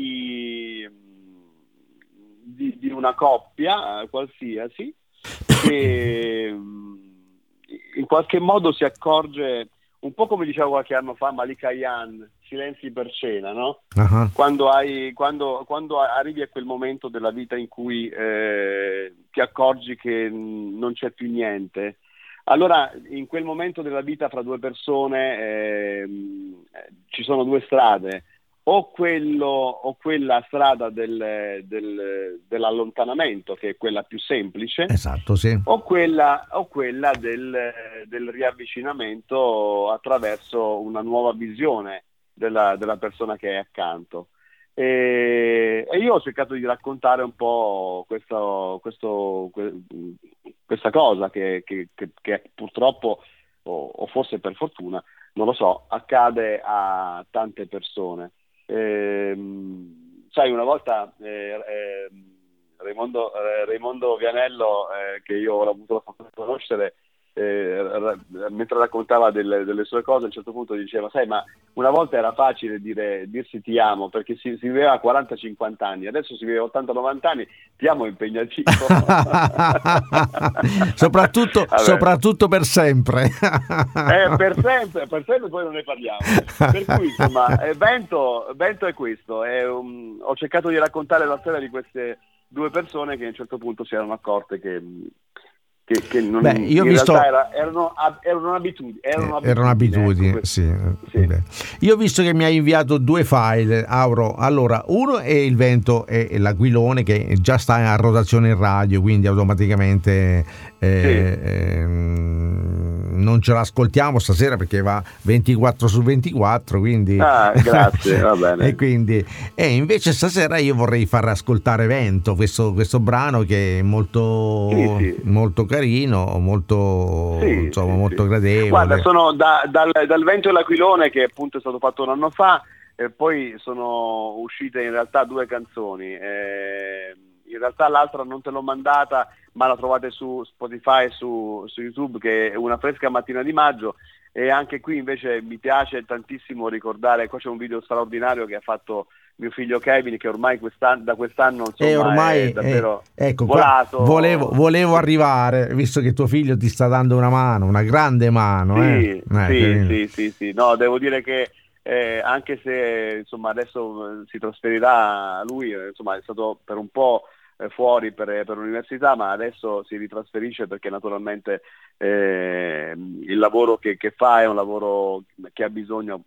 Speaker 2: di una coppia qualsiasi che in qualche modo si accorge, un po' come diceva qualche anno fa Malika Yan, silenzi per cena, no?
Speaker 1: ah,
Speaker 2: Quando arrivi a quel momento della vita in cui ti accorgi che non c'è più niente, allora in quel momento della vita fra due persone ci sono due strade, o quella strada dell'allontanamento, che è quella più semplice,
Speaker 1: esatto, sì.
Speaker 2: o quella del riavvicinamento attraverso una nuova visione della persona che è accanto. E io ho cercato di raccontare un po' questa cosa che purtroppo, o forse per fortuna, non lo so, accade a tante persone. Sai, una volta Raimondo Vianello, che io ho avuto la fortuna di conoscere, mentre raccontava delle sue cose, a un certo punto diceva: sai, ma una volta era facile dirsi ti amo, perché si viveva a 40-50 anni, adesso si vive a 80-90 anni, ti amo è impegnativo.
Speaker 1: soprattutto per sempre.
Speaker 2: Per sempre poi non ne parliamo. Per cui insomma, Vento è questo. Ho cercato di raccontare la storia di queste due persone che a un certo punto si erano accorte che non,
Speaker 1: io ho visto
Speaker 2: erano abitudini,
Speaker 1: ecco, sì. Io ho visto che mi hai inviato 2 file, Auro. Allora, uno è il Vento e l'Aquilone, che già sta a rotazione in radio, quindi automaticamente non ce l'ascoltiamo stasera perché va 24/24, quindi
Speaker 2: grazie, va bene.
Speaker 1: E quindi invece stasera io vorrei far ascoltare Vento, questo brano che è molto molto carino, molto molto gradevole.
Speaker 2: Guarda, sono dal Vento e l'Aquilone, che appunto è stato fatto un anno fa, poi sono uscite in realtà 2 canzoni. In realtà l'altra non te l'ho mandata, ma la trovate su Spotify e su YouTube, che è Una fresca mattina di maggio. E anche qui invece mi piace tantissimo ricordare, qua c'è un video straordinario che ha fatto mio figlio Kevin, che ormai da quest'anno
Speaker 1: ormai
Speaker 2: è davvero
Speaker 1: volato. Volevo arrivare, visto che tuo figlio ti sta dando una mano, una grande mano.
Speaker 2: Sì. No, devo dire che anche se insomma adesso si trasferirà lui, insomma è stato per un po' fuori per l'università, ma adesso si ritrasferisce perché naturalmente il lavoro che fa è un lavoro che ha bisogno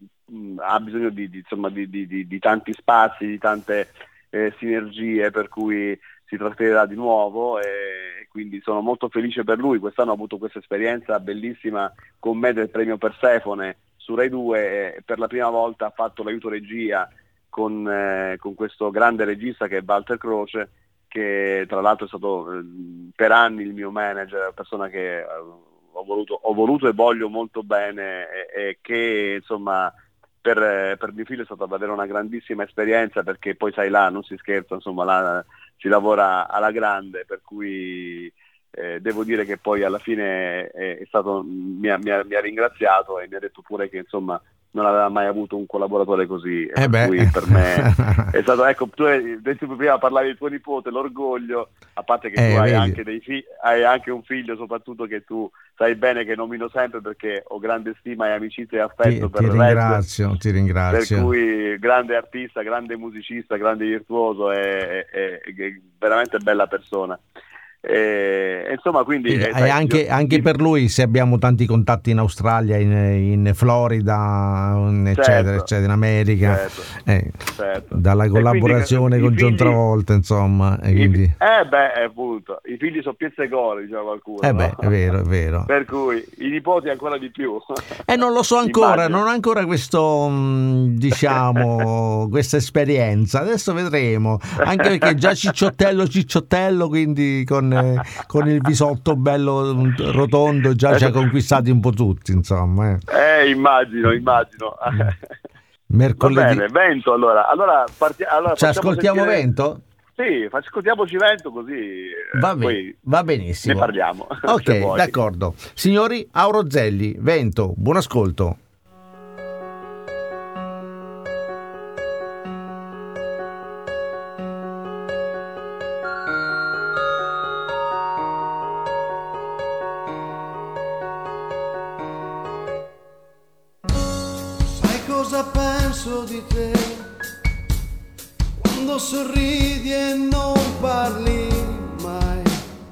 Speaker 2: di tanti spazi, di tante sinergie, per cui si trasferirà di nuovo e quindi sono molto felice per lui. Quest'anno ho avuto questa esperienza bellissima con me del premio Persefone su Rai 2 e per la prima volta ha fatto l'aiuto regia con questo grande regista che è Walter Croce, che tra l'altro è stato per anni il mio manager, una persona che ho voluto e voglio molto bene e che insomma per mio figlio è stata davvero una grandissima esperienza, perché poi sai, là non si scherza, insomma là si lavora alla grande, per cui devo dire che poi alla fine mi ha ringraziato e mi ha detto pure che insomma non aveva mai avuto un collaboratore così, per cui per me è stato, ecco, tu prima parlavi di tuo nipote, l'orgoglio, a parte che tu hai anche hai anche un figlio, soprattutto, che tu sai bene che nomino sempre perché ho grande stima e amicizia e affetto per
Speaker 1: Red. Ti ringrazio.
Speaker 2: Per cui grande artista, grande musicista, grande virtuoso e veramente bella persona. Insomma, quindi
Speaker 1: anche per lui, se abbiamo tanti contatti in Australia, in Florida, eccetera, eccetera, in America, certo. Dalla collaborazione con John Travolta, insomma, quindi...
Speaker 2: appunto, i figli sono piezze gole, diceva qualcuno.
Speaker 1: No? È vero.
Speaker 2: Per cui i nipoti ancora di più.
Speaker 1: Non lo so ancora, non ho ancora questo, diciamo, questa esperienza. Adesso vedremo, anche perché già cicciottello, quindi con il visotto bello rotondo già ci ha conquistati un po' tutti, insomma.
Speaker 2: Immagino.
Speaker 1: Mercoledì.
Speaker 2: Va bene, Vento, allora
Speaker 1: ci ascoltiamo Vento?
Speaker 2: Sì, ascoltiamoci Vento, così
Speaker 1: va benissimo.
Speaker 2: Ne parliamo.
Speaker 1: Ok, d'accordo. Signori, Auro Zelli, Vento, buon ascolto.
Speaker 3: Di te quando sorridi e non parli mai,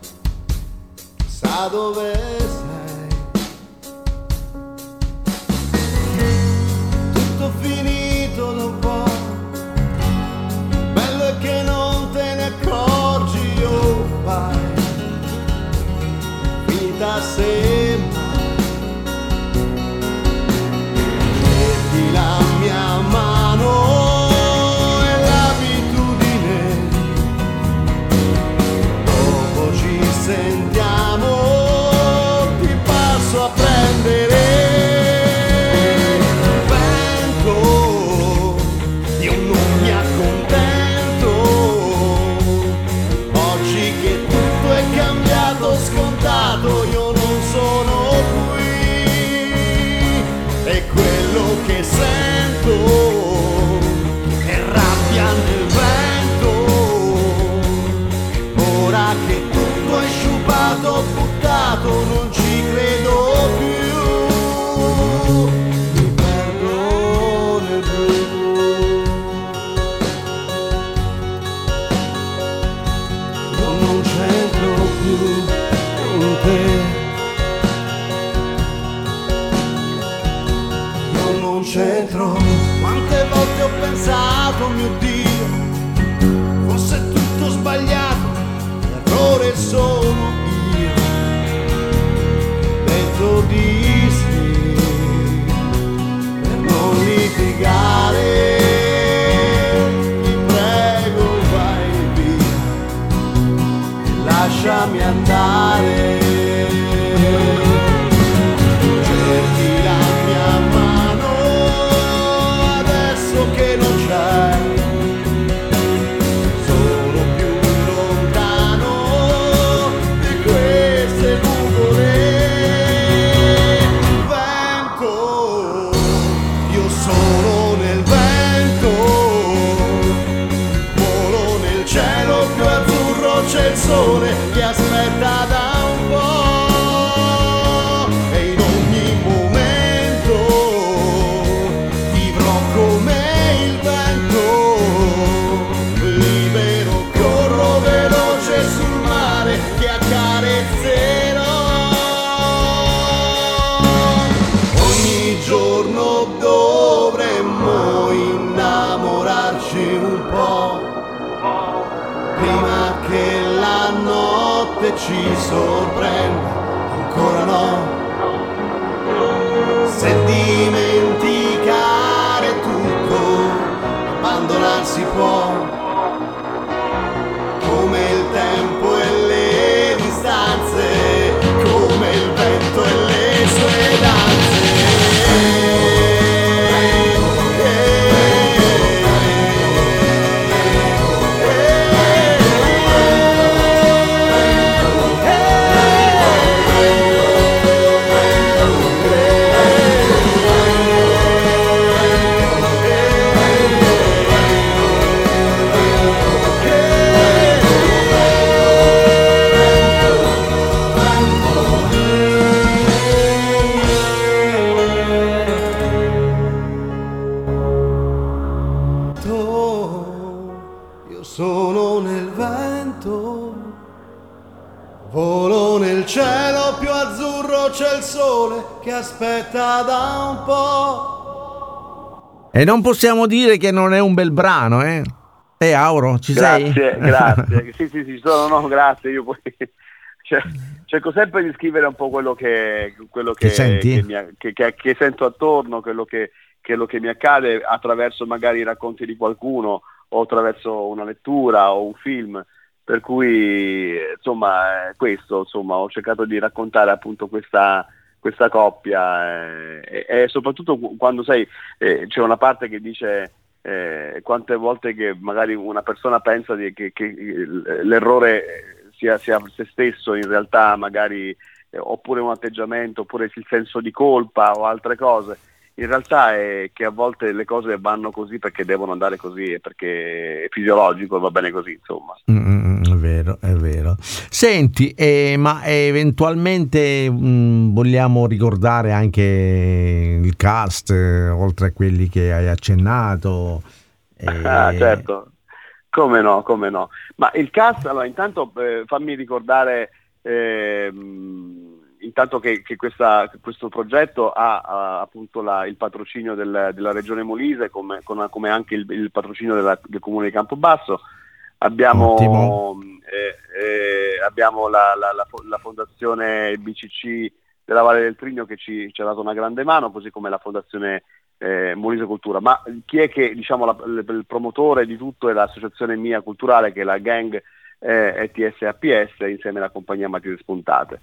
Speaker 3: sa dove sei, tutto finito da un po', bello è che non te ne accorgi, fai finita sempre. La mia mano è l'abitudine, dopo ci sentiamo mio Dio, forse è tutto sbagliato, l'errore sono io. Detto di sì, per non litigare, ti prego vai via, lasciami andare. Cerchi la mia mano adesso che non c'è, sono più lontano di queste nuvole. Vento, io sono nel vento, volo nel cielo più azzurro, c'è il sole che aspetta da un po', e in ogni momento vivrò come il vento, libero, corro veloce sul mare che accarezzerò. Ogni giorno dovremmo innamorarci un po', prima che la notte ci sorprenda, ancora no. Se dimenticare tutto, abbandonarsi può, come il tempo e le distanze, come il vento e le sue danze. Io sono nel vento, volo nel cielo più azzurro, c'è il sole che aspetta da un po'.
Speaker 1: E non possiamo dire che non è un bel brano, eh? Auro, ci sei?
Speaker 2: Grazie. Sì, ci sono, no, grazie. Io poi cerco sempre di scrivere un po' quello che
Speaker 1: senti?
Speaker 2: che sento attorno, quello che mi accade attraverso magari i racconti di qualcuno o attraverso una lettura o un film, per cui insomma questo, insomma, ho cercato di raccontare appunto questa coppia e soprattutto quando sai c'è una parte che dice quante volte che magari una persona pensa che l'errore sia se stesso, in realtà magari oppure un atteggiamento, oppure il senso di colpa o altre cose. In realtà è che a volte le cose vanno così perché devono andare così e perché è fisiologico e va bene così, insomma.
Speaker 1: È vero, è vero. Senti, ma eventualmente vogliamo ricordare anche il cast, oltre a quelli che hai accennato?
Speaker 2: Certo, come no. Ma il cast, allora intanto fammi ricordare intanto che questo progetto ha appunto il patrocinio della Regione Molise, come anche il patrocinio del Comune di Campobasso. Abbiamo la fondazione BCC della Valle del Trigno che ci ha dato una grande mano, così come la fondazione Molise Cultura. Ma chi è che, diciamo, il promotore di tutto è l'associazione mia culturale, che è la Gang ETS APS, insieme alla compagnia Matite Spuntate.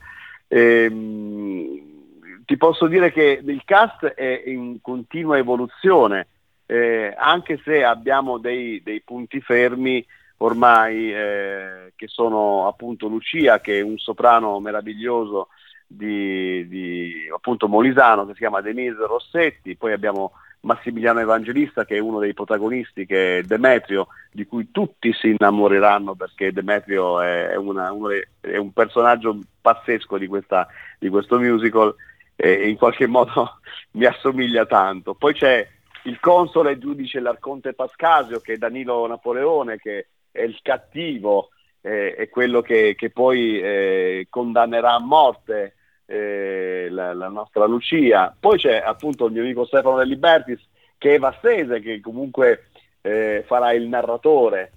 Speaker 2: Ti posso dire che il cast è in continua evoluzione, anche se abbiamo dei punti fermi ormai, che sono appunto Lucia, che è un soprano meraviglioso di appunto molisano, che si chiama Denise Rossetti. Poi abbiamo Massimiliano Evangelista, che è uno dei protagonisti, che è Demetrio, di cui tutti si innamoreranno, perché Demetrio è un personaggio pazzesco di questo musical, e in qualche modo mi assomiglia tanto. Poi c'è il console giudice l'Arconte Pascasio, che è Danilo Napoleone, che è il cattivo, è quello che poi condannerà a morte la nostra Lucia. Poi c'è appunto il mio amico Stefano De Libertis, che è Vassese, che comunque farà il narratore,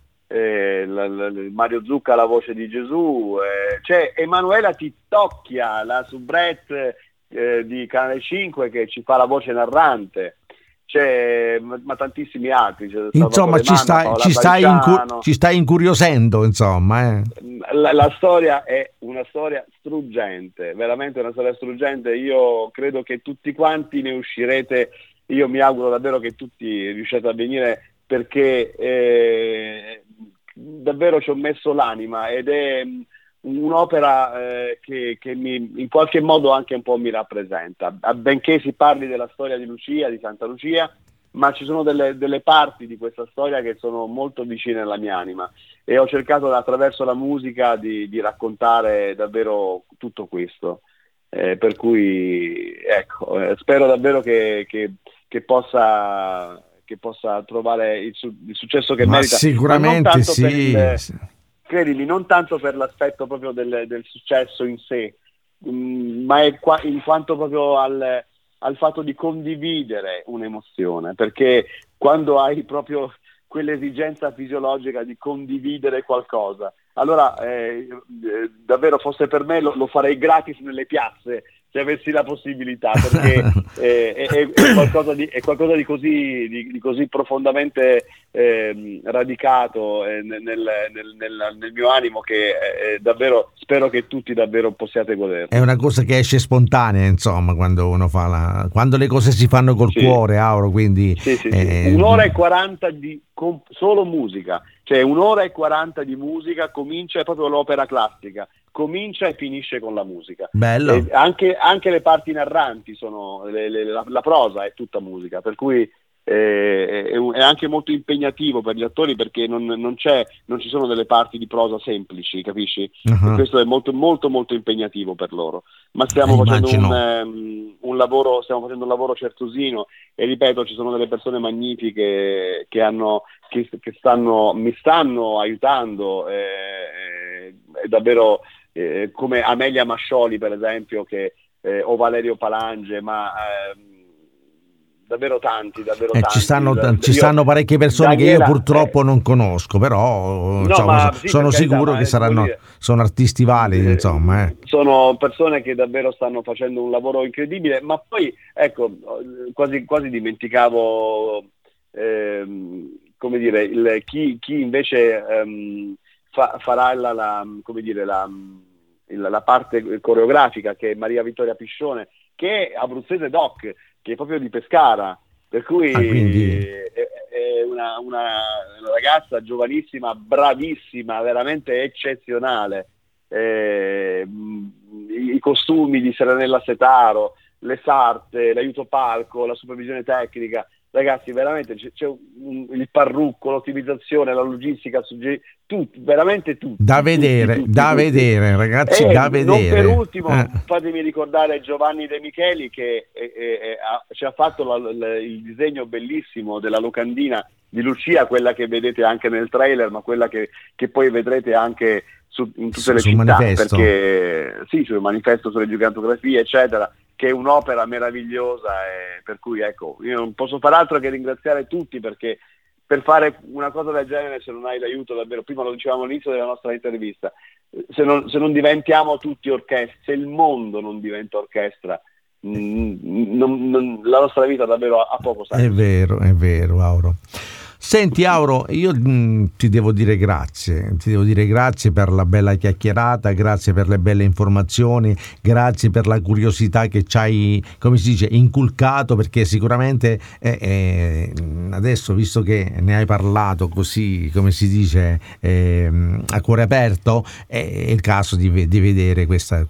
Speaker 2: Mario Zucca la voce di Gesù, c'è Emanuela Tittocchia, la soubrette di Canale 5 che ci fa la voce narrante, c'è ma tantissimi altri, c'è
Speaker 1: insomma ci stai incuriosendo, insomma.
Speaker 2: La storia è una storia struggente, veramente una storia struggente. Io credo che tutti quanti ne uscirete, io mi auguro davvero che tutti riusciate a venire, perché davvero ci ho messo l'anima ed è un'opera che in qualche modo anche un po' mi rappresenta, benché si parli della storia di Lucia, di Santa Lucia, ma ci sono delle parti di questa storia che sono molto vicine alla mia anima e ho cercato attraverso la musica di raccontare davvero tutto questo, per cui ecco, spero davvero che possa trovare il successo che merita.
Speaker 1: Sicuramente sì.
Speaker 2: Credimi, non tanto per l'aspetto proprio del successo in sé, ma in quanto proprio al fatto di condividere un'emozione, perché quando hai proprio quell'esigenza fisiologica di condividere qualcosa, allora davvero fosse per me lo farei gratis nelle piazze se avessi la possibilità, perché è qualcosa di così profondamente radicato nel mio animo che davvero spero che tutti davvero possiate goderlo.
Speaker 1: È una cosa che esce spontanea, insomma, quando uno quando le cose si fanno col cuore, Auro, quindi
Speaker 2: sì. 1 ora e 40 solo musica, cioè 1 ora e 40 di musica, comincia, è proprio l'opera classica, comincia e finisce con la musica.
Speaker 1: Bello.
Speaker 2: E anche le parti narranti sono la prosa è tutta musica, per cui è anche molto impegnativo per gli attori, perché non ci sono delle parti di prosa semplici, capisci?
Speaker 1: Uh-huh.
Speaker 2: E questo è molto molto molto impegnativo per loro, ma stiamo facendo un lavoro certosino, e ripeto, ci sono delle persone magnifiche che mi stanno aiutando, davvero, come Amelia Mascioli per esempio, o Valerio Palange, ma davvero tanti.
Speaker 1: Ci stanno parecchie persone che io purtroppo non conosco, però insomma, sono sicuro che sono artisti validi, insomma.
Speaker 2: Sono persone che davvero stanno facendo un lavoro incredibile, ma poi ecco, quasi dimenticavo come dire, chi invece farà la parte coreografica, che è Maria Vittoria Piscione, che è abruzzese doc, che è proprio di Pescara, per cui è una ragazza giovanissima, bravissima, veramente eccezionale. I costumi di Serenella Setaro, le sarte, l'aiuto palco, la supervisione tecnica, ragazzi, veramente c'è il parrucco, l'ottimizzazione, la logistica, veramente tutto.
Speaker 1: Da vedere, ragazzi, da vedere.
Speaker 2: Non per ultimo, fatemi ricordare Giovanni De Micheli, che ci ha fatto il disegno bellissimo della locandina di Lucia, quella che vedete anche nel trailer, ma quella che poi vedrete anche in tutte le città,
Speaker 1: manifesto.
Speaker 2: Perché sul manifesto, sulle gigantografie, eccetera, che è un'opera meravigliosa, per cui ecco, io non posso far altro che ringraziare tutti, perché per fare una cosa del genere, se non hai l'aiuto, davvero, prima lo dicevamo all'inizio della nostra intervista, se non diventiamo tutti orchestra, se il mondo non diventa orchestra, la nostra vita davvero ha poco senso.
Speaker 1: È vero, Auro. Senti, Auro, io ti devo dire grazie per la bella chiacchierata, grazie per le belle informazioni, grazie per la curiosità che ci hai, come si dice, inculcato, perché sicuramente adesso, visto che ne hai parlato così, come si dice, a cuore aperto, è il caso di vedere questa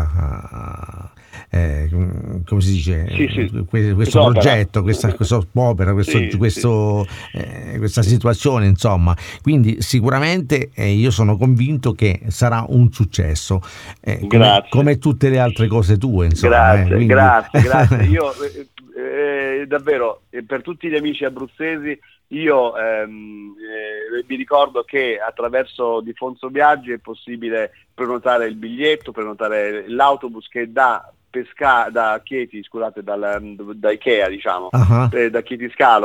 Speaker 1: come si dice, questo progetto, questa opera, questa situazione, insomma. Quindi sicuramente io sono convinto che sarà un successo, come tutte le altre cose tue, insomma.
Speaker 2: Grazie. Io davvero, per tutti gli amici abruzzesi, io vi ricordo che attraverso Di Fonso Viaggi è possibile prenotare il biglietto, prenotare l'autobus che da Chieti, scusate, da Ikea, diciamo, da Chieti Scalo,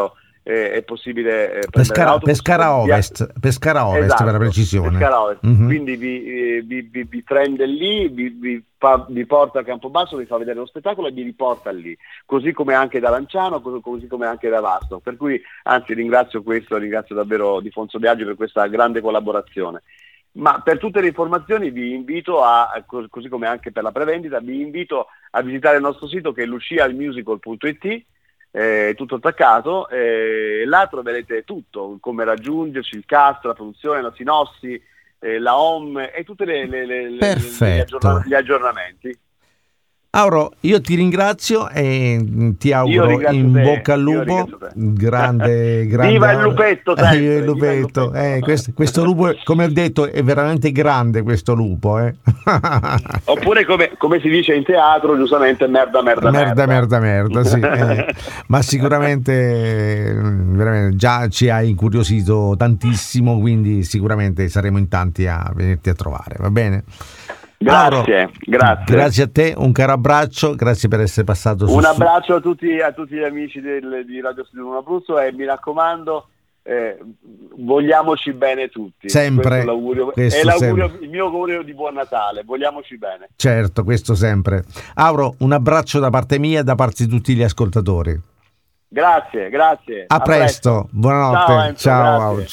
Speaker 2: è possibile
Speaker 1: Pescara Ovest
Speaker 2: esatto,
Speaker 1: per la precisione.
Speaker 2: Pescara Ovest.
Speaker 1: Mm-hmm.
Speaker 2: Quindi vi prende lì, vi porta a Campobasso, vi fa vedere lo spettacolo e vi riporta lì, così come anche da Lanciano, così come anche da Vasto. Per cui anzi ringrazio davvero Di Fonso Biaggi per questa grande collaborazione. Ma per tutte le informazioni vi invito così come anche per la prevendita, vi invito a visitare il nostro sito che è lucialmusical.it, tutto attaccato, là troverete tutto, come raggiungerci, il cast, la produzione, la sinossi, la home e tutti gli aggiornamenti.
Speaker 1: Auro, io ti ringrazio e ti auguro in bocca al lupo. Grande.
Speaker 2: Viva il lupetto!
Speaker 1: Viva il lupetto. Questo lupo, come ho detto, è veramente grande questo lupo.
Speaker 2: Oppure come si dice in teatro, giustamente, merda.
Speaker 1: Sì. Ma sicuramente veramente, già ci hai incuriosito tantissimo, quindi sicuramente saremo in tanti a venirti a trovare, va bene?
Speaker 2: Grazie.
Speaker 1: Grazie a te, un caro abbraccio, grazie per essere passato.
Speaker 2: Un abbraccio a tutti gli amici di Radio Studio 1 Abruzzo e mi raccomando, vogliamoci bene tutti.
Speaker 1: Sempre.
Speaker 2: Il mio augurio di buon Natale, vogliamoci bene.
Speaker 1: Certo, questo sempre. Auro, un abbraccio da parte mia e da parte di tutti gli ascoltatori.
Speaker 2: Grazie.
Speaker 1: A presto. Buonanotte. Ciao.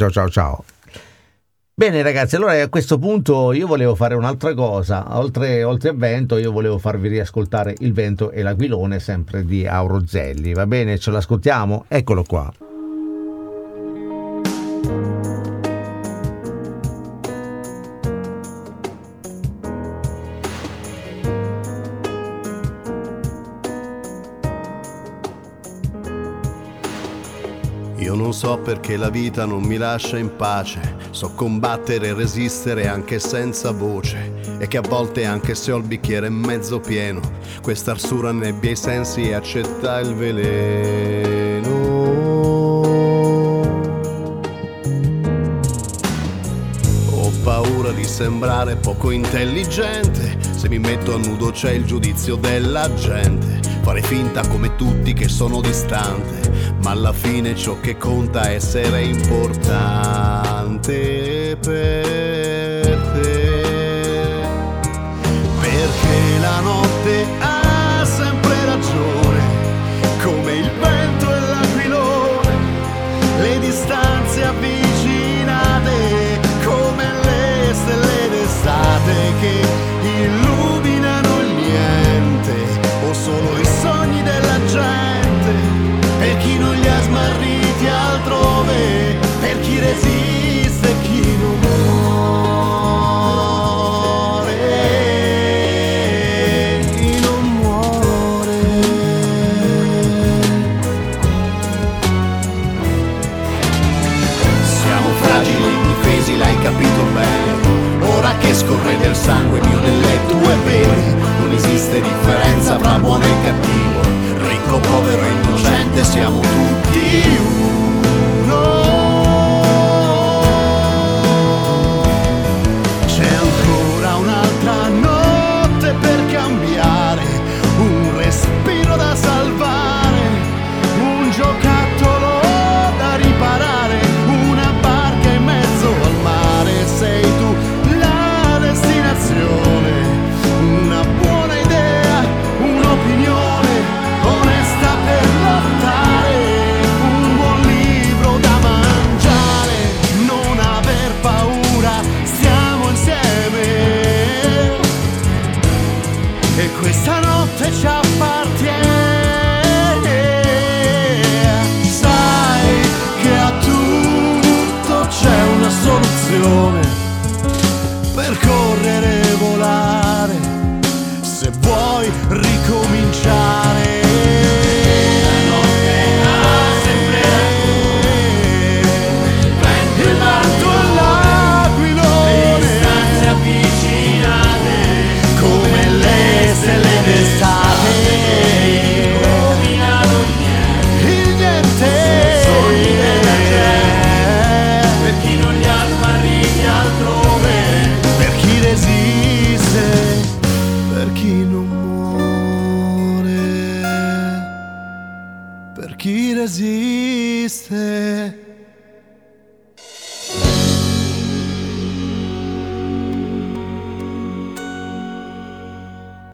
Speaker 1: Bene ragazzi, allora a questo punto io volevo fare un'altra cosa, oltre a Vento io volevo farvi riascoltare Il Vento e l'Aquilone sempre di Auro Zelli, va bene? Ce l'ascoltiamo? Eccolo qua.
Speaker 3: Io non so perché la vita non mi lascia in pace, so combattere e resistere anche senza voce, e che a volte anche se ho il bicchiere mezzo pieno, questa arsura nebbia i sensi e accetta il veleno. Ho paura di sembrare poco intelligente, se mi metto a nudo c'è il giudizio della gente, fare finta come tutti che sono distante, ma alla fine ciò che conta è essere importante per te, perché la notte ha sempre ragione, come il vento e l'aquilone, le distanze avvicinate come le stelle d'estate che illuminano il niente o solo i sogni della gente. Per chi non li ha smarriti altrove, per chi resiste e chi non muore. Siamo fragili, indifesi, l'hai capito bene. Ora che scorre del sangue mio nelle tue vene, non esiste differenza fra buono e cattivo, ricco, povero e innocente, siamo tutti uno. C'è ancora un'altra notte per cambiare, un respiro da salvare, un giocattolo da riparare, una barca in mezzo al mare. Sei tu la destinazione, una buona idea, un'opinione onesta per lottare, un buon libro da mangiare, non aver paura, stiamo insieme e questa notte ci appartiene. Sai che a tutto c'è una soluzione, per correre e volare, se vuoi ricominciare. Per chi non muore.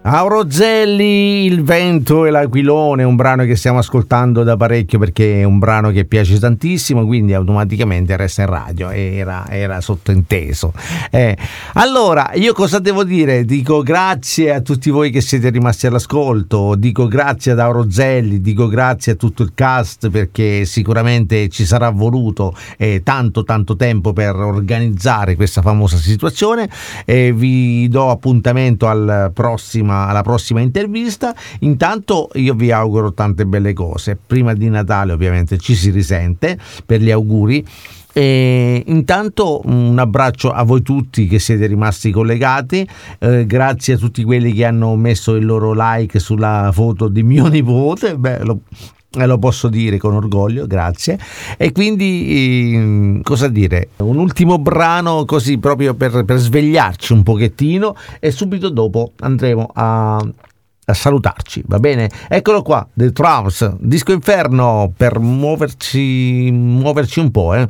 Speaker 1: Auro-Zelli, Il vento e l'aquilone, un brano che stiamo ascoltando da parecchio perché è un brano che piace tantissimo, quindi automaticamente resta in radio, era sottointeso. Allora, io cosa devo dire? Dico grazie a tutti voi che siete rimasti all'ascolto, dico grazie ad Auro-Zelli, dico grazie a tutto il cast perché sicuramente ci sarà voluto tanto tempo per organizzare questa famosa situazione, e vi do appuntamento alla prossima intervista. Intanto io vi auguro tante belle cose. Prima di Natale ovviamente ci si risente per gli auguri, e intanto un abbraccio a voi tutti che siete rimasti collegati, grazie a tutti quelli che hanno messo il loro like sulla foto di mio nipote. Lo posso dire con orgoglio, grazie. E quindi cosa dire, un ultimo brano così proprio per svegliarci un pochettino, e subito dopo andremo a salutarci, va bene? Eccolo qua, The Trams, Disco Inferno, per muoverci un po',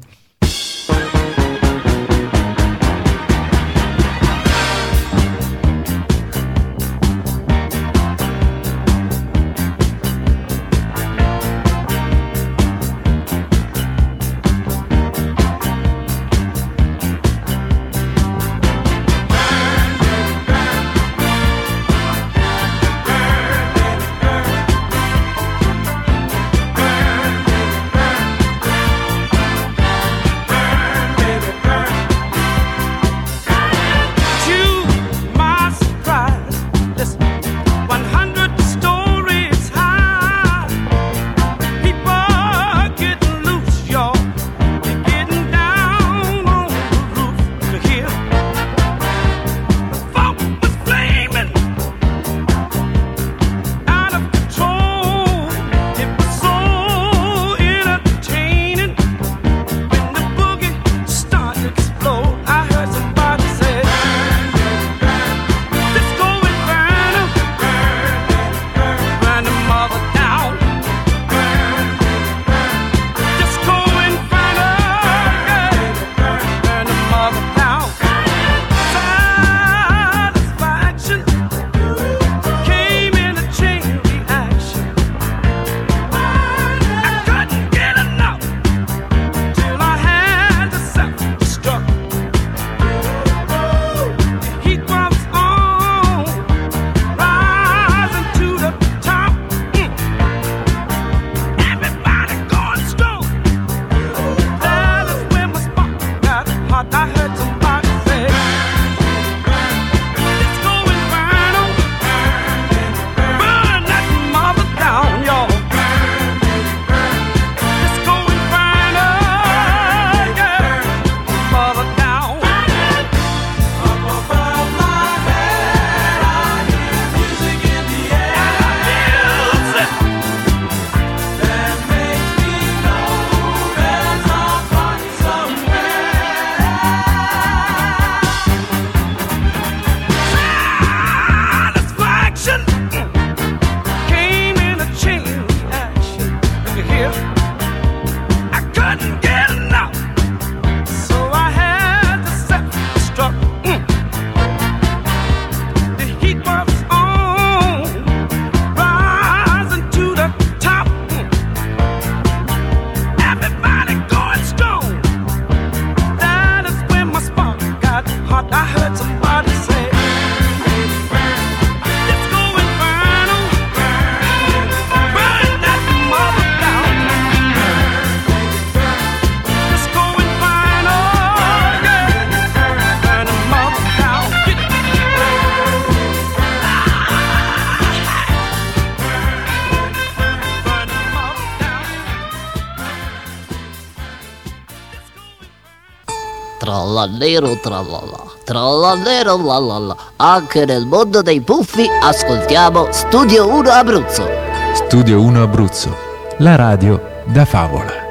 Speaker 4: Trallallero trallalla, trallallero lallalla. Anche nel mondo dei puffi ascoltiamo Studio 1 Abruzzo.
Speaker 5: Studio 1 Abruzzo, la radio da favola.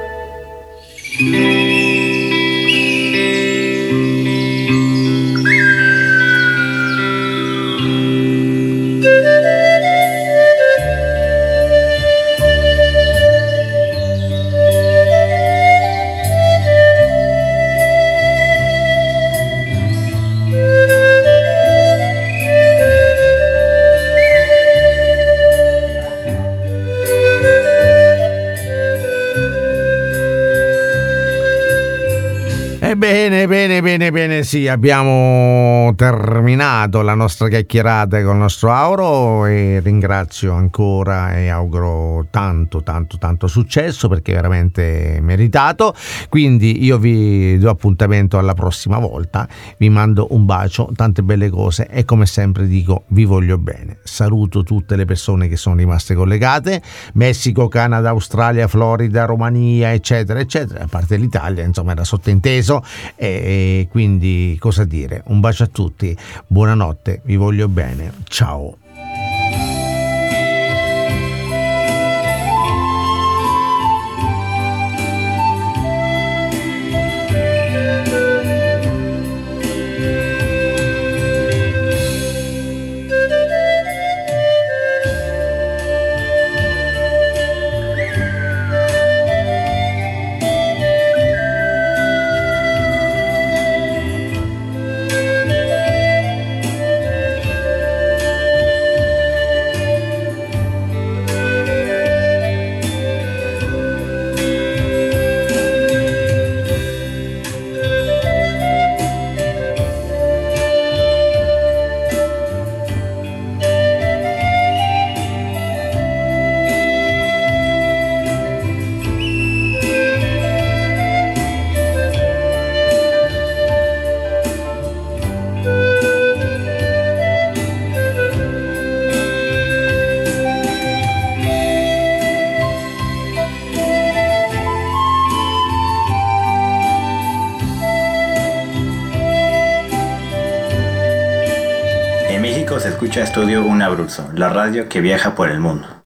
Speaker 1: Bene, sì, abbiamo terminato la nostra chiacchierata con il nostro Auro e ringrazio ancora e auguro tanto successo, perché è veramente meritato. Quindi io vi do appuntamento alla prossima volta, vi mando un bacio, tante belle cose e come sempre dico vi voglio bene. Saluto tutte le persone che sono rimaste collegate, Messico, Canada, Australia, Florida, Romania, eccetera, a parte l'Italia, insomma era sottinteso, e quindi cosa dire, un bacio a tutti, buonanotte, vi voglio bene, ciao.
Speaker 6: Se escucha Estudio Un Abruzzo, la radio que viaja por el mundo.